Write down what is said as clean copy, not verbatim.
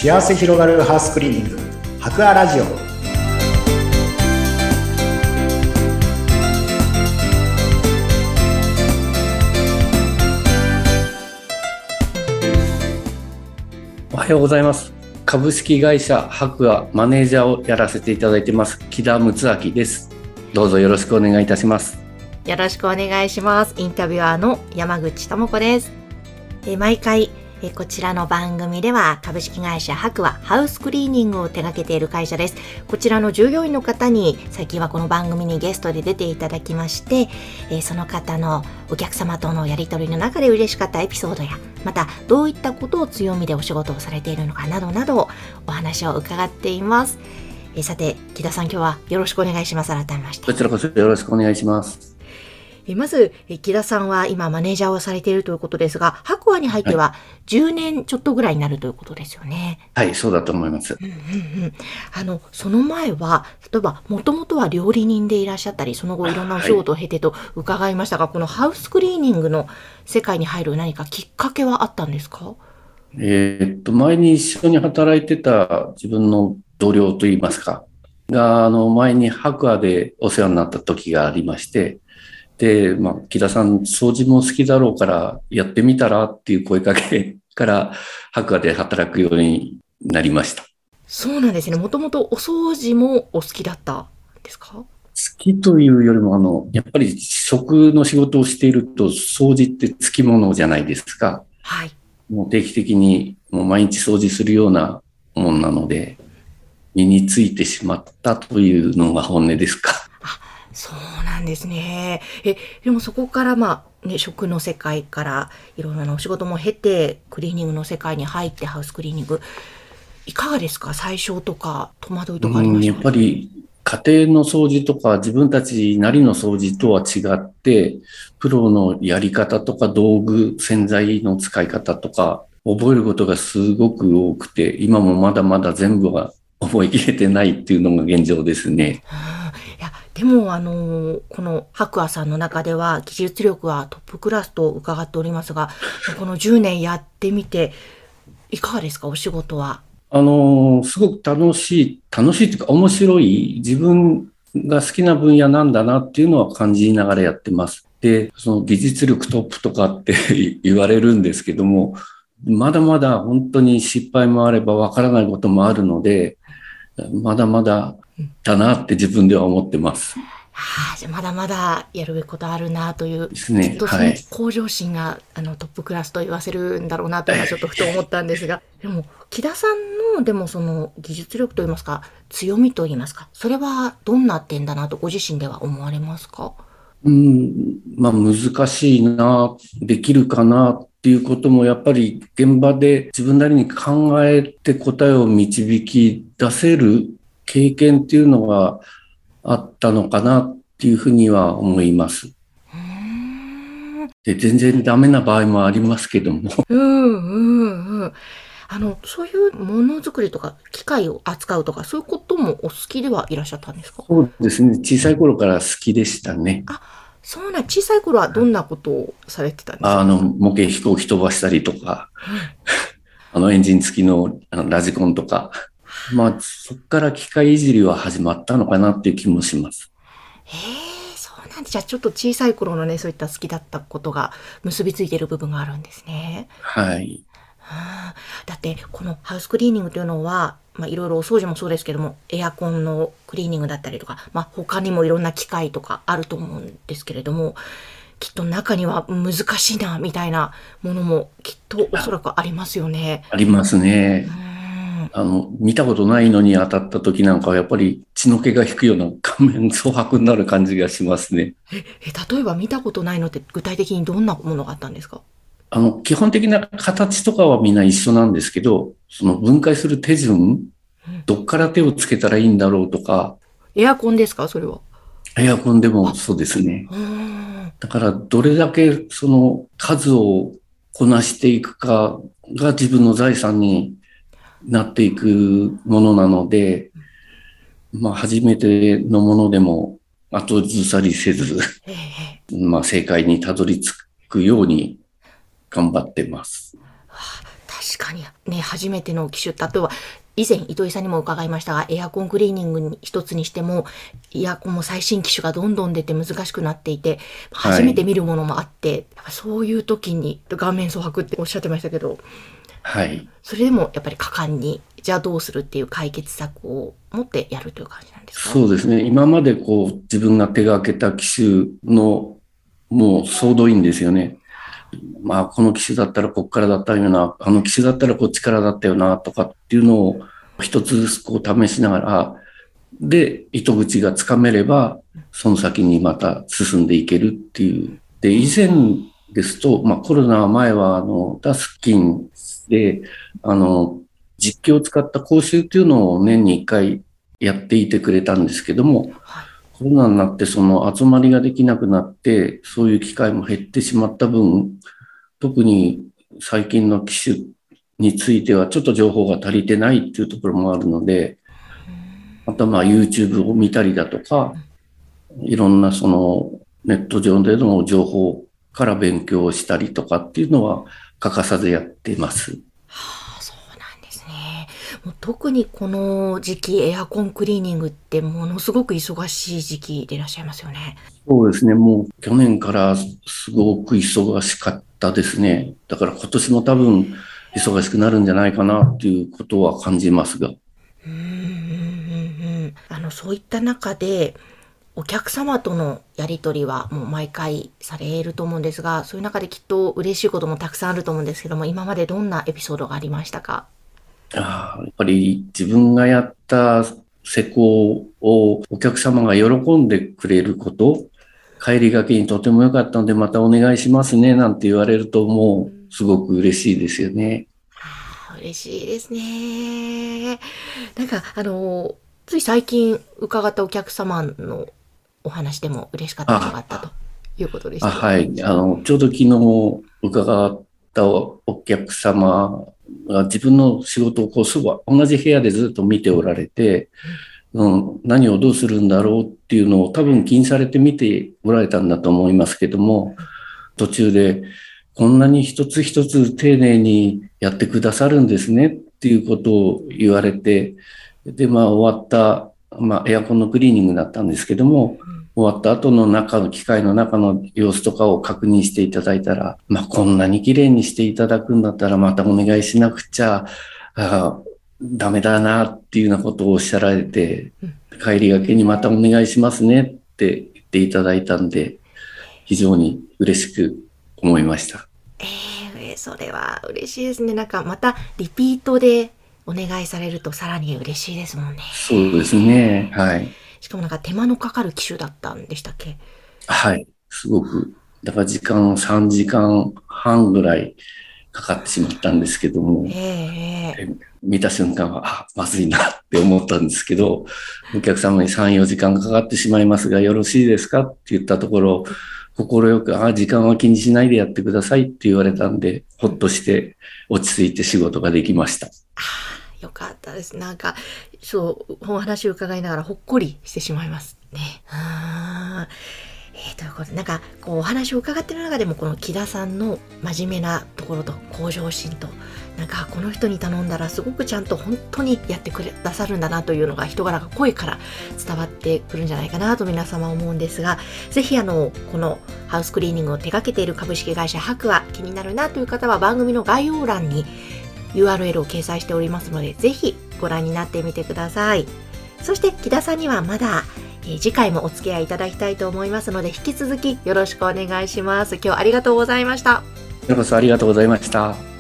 幸せ広がるハウスクリーニング博アラジオ。 おはようございます。株式会社博アマネージャーをやらせていただいています木田睦明です。どうぞよろしくお願いいたします。 よろしくお願いします。インタビュアーの山口智子です。毎回こちらの番組では株式会社博アハウスクリーニングを手掛けている会社です。こちらの従業員の方に最近はこの番組にゲストで出ていただきまして、その方のお客様とのやり取りの中で嬉しかったエピソードや、またどういったことを強みでお仕事をされているのかなどなどお話を伺っています。さて木田さん、今日はよろしくお願いします。改めまして。 こちらこそよろしくお願いします。 まず木田さんは今マネージャーをされているということですが、博アに入っては10年ちょっとぐらいになるということですよね。 はい、そうだと思います。 その前は例えばもともとは料理人でいらっしゃったり、その後いろんなお仕事を経てと伺いましたが、このハウスクリーニングの世界に入る何かきっかけはあったんですか？ 前に一緒に働いてた自分の同僚といいますかが、前に博アでお世話になった時がありまして、で、木田さん掃除も好きだろうからやってみたらっていう声かけから博アで働くようになりました。 そうなんですね。もともとお掃除もお好きだったんですか？ 好きというよりもやっぱり食の仕事をしていると掃除ってつきものじゃないですか。 はい。 もう定期的にもう毎日掃除するようなもんなので、身についてしまったというのが本音ですか。 そうなんですね。でもそこから食の世界からいろいろなお仕事も経て、クリーニングの世界に入ってハウスクリーニング。いかがですか？最初とか戸惑いとかありましたか？ やっぱり家庭の掃除とか自分たちなりの掃除とは違って、プロのやり方とか道具、洗剤の使い方とか覚えることがすごく多くて、今もまだまだ全部は覚えきれてないっていうのが現状ですね。 いや、でもこの博アさんの中では技術力はトップクラスと伺っておりますが、この10年やってみていかがですか？お仕事は。 すごく楽しいというか面白い、自分が好きな分野なんだなっていうのは感じながらやってます。で、その技術力トップとかって言われるんですけども、まだまだ本当に失敗もあればわからないこともあるので、まだまだだなって自分では思ってます。 じゃあまだまだやるべきことあるなという、 ですね。 きっとその向上心がトップクラスと言わせるんだろうなと今ちょっとふと思ったんですが、でも木田さんのでもその技術力といいますか強みといいますか、それはどんな点だなとご自身では思われますか？ 難しいな、できるかなっていうこともやっぱり現場で自分なりに考えて答えを導き出せる経験っていうのがあったのかなっていうふうには思います。で、全然ダメな場合もありますけども。 そういうものづくりとか機械を扱うとかそういうこともお好きではいらっしゃったんですか？ そうですね。小さい頃から好きでしたね。 そうな、小さい頃はどんなことをされてたんですか？ 模型飛行機飛ばしたりとか、エンジン付きのラジコンとか、そこから機械いじりは始まったのかなっていう気もします。 そうなんです。じゃあちょっと小さい頃のね、そういった好きだったことが結びついている部分があるんですね。 はい。 だってこのハウスクリーニングというのは、いろいろお掃除もそうですけども、エアコンのクリーニングだったりとか、他にもいろんな機械とかあると思うんですけれども、きっと中には難しいなみたいなものもきっとおそらくありますよね。 ありますね。見たことないのに当たった時なんかはやっぱり血の気が引くような顔面蒼白になる感じがしますね。 例えば見たことないのって具体的にどんなものがあったんですか？ 基本的な形とかはみんな一緒なんですけど、その分解する手順、どっから手をつけたらいいんだろうとか。 エアコンですか？それは。 エアコンでもそうですね。だからどれだけその数をこなしていくかが自分の財産になっていくものなので、初めてのものでも後ずさりせず、正解にたどり着くように頑張ってます。 確かにね、初めての機種、例えば以前糸井さんにも伺いましたが、エアコンクリーニングに一つにしても、エアコンも最新機種がどんどん出て難しくなっていて、初めて見るものもあって、やっぱそういう時に顔面蒼白っておっしゃってましたけど、 はい。 それでもやっぱり果敢に、じゃあどうするっていう解決策を持ってやるという感じなんですか？ そうですね。今まで自分が手がけた機種のもう総動員ですよね。まあ、この機種だったらこっからだったよな、あの機種だったらこっちからだったよな、とかっていうのを一つずつ試しながら、で、糸口がつかめれば、その先にまた進んでいけるっていう。で、以前ですと、まあコロナ前はダスキンで、実機を使った講習っていうのを年に1回やっていてくれたんですけども、コロナになってその集まりができなくなって、そういう機会も減ってしまった分、特に最近の機種についてはちょっと情報が足りてないっていうところもあるので、またYouTube を見たりだとか、いろんなそのネット上での情報から勉強したりとかっていうのは欠かさずやっています。 そうなんですね。もう特にこの時期、エアコンクリーニングってものすごく忙しい時期でいらっしゃいますよね。 そうですね。もう去年からすごく忙しかったですね。だから今年も多分忙しくなるんじゃないかなっていうことは感じますが。 そういった中で、お客様とのやり取りはもう毎回されると思うんですが、そういう中できっと嬉しいこともたくさんあると思うんですけども、今までどんなエピソードがありましたか？ やっぱり自分がやった施工をお客様が喜んでくれること、帰りがけにとても良かったのでまたお願いしますねなんて言われるともうすごく嬉しいですよね。 嬉しいですね。なんかつい最近伺ったお客様のお話でも嬉しかったことがあったということでした。 はい。ちょうど昨日伺ったお客様が自分の仕事をすぐ同じ部屋でずっと見ておられて、何をどうするんだろうっていうのを多分気にされて見ておられたんだと思いますけども、途中でこんなに一つ一つ丁寧にやってくださるんですねっていうことを言われて、で、終わった、エアコンのクリーニングだったんですけども、終わった後の機械の中の様子とかを確認していただいたら、こんなに綺麗にしていただくんだったらまたお願いしなくちゃ、ダメだなっていうようなことをおっしゃられて、帰りがけにまたお願いしますねって言っていただいたんで、非常に嬉しく思いました。 それは嬉しいですね。なんかまたリピートでお願いされるとさらに嬉しいですもんね。 そうですね。はい。 しかもなんか手間のかかる機種だったんでしたっけ？ はい。すごく。だから時間3時間半ぐらいかかってしまったんですけども、見た瞬間は、まずいなって思ったんですけど、お客様に3、4時間かかってしまいますが、よろしいですかって言ったところ、心よく、時間は気にしないでやってくださいって言われたんで、ほっとして落ち着いて仕事ができました。 よかったです。なんか、お話を伺いながらほっこりしてしまいますね。ということで、なんか、お話を伺っている中でも、この木田さんの真面目なところと向上心と、なんか、この人に頼んだらすごくちゃんと本当にやってくださるんだなというのが、人柄が声から伝わってくるんじゃないかなと皆様思うんですが、ぜひこのハウスクリーニングを手掛けている株式会社博は気になるなという方は番組の概要欄にURL を掲載しておりますので、ぜひご覧になってみてください。そして木田さんにはまだ次回もお付き合いいただきたいと思いますので、引き続きよろしくお願いします。今日はありがとうございました。 こちらこそありがとうございました。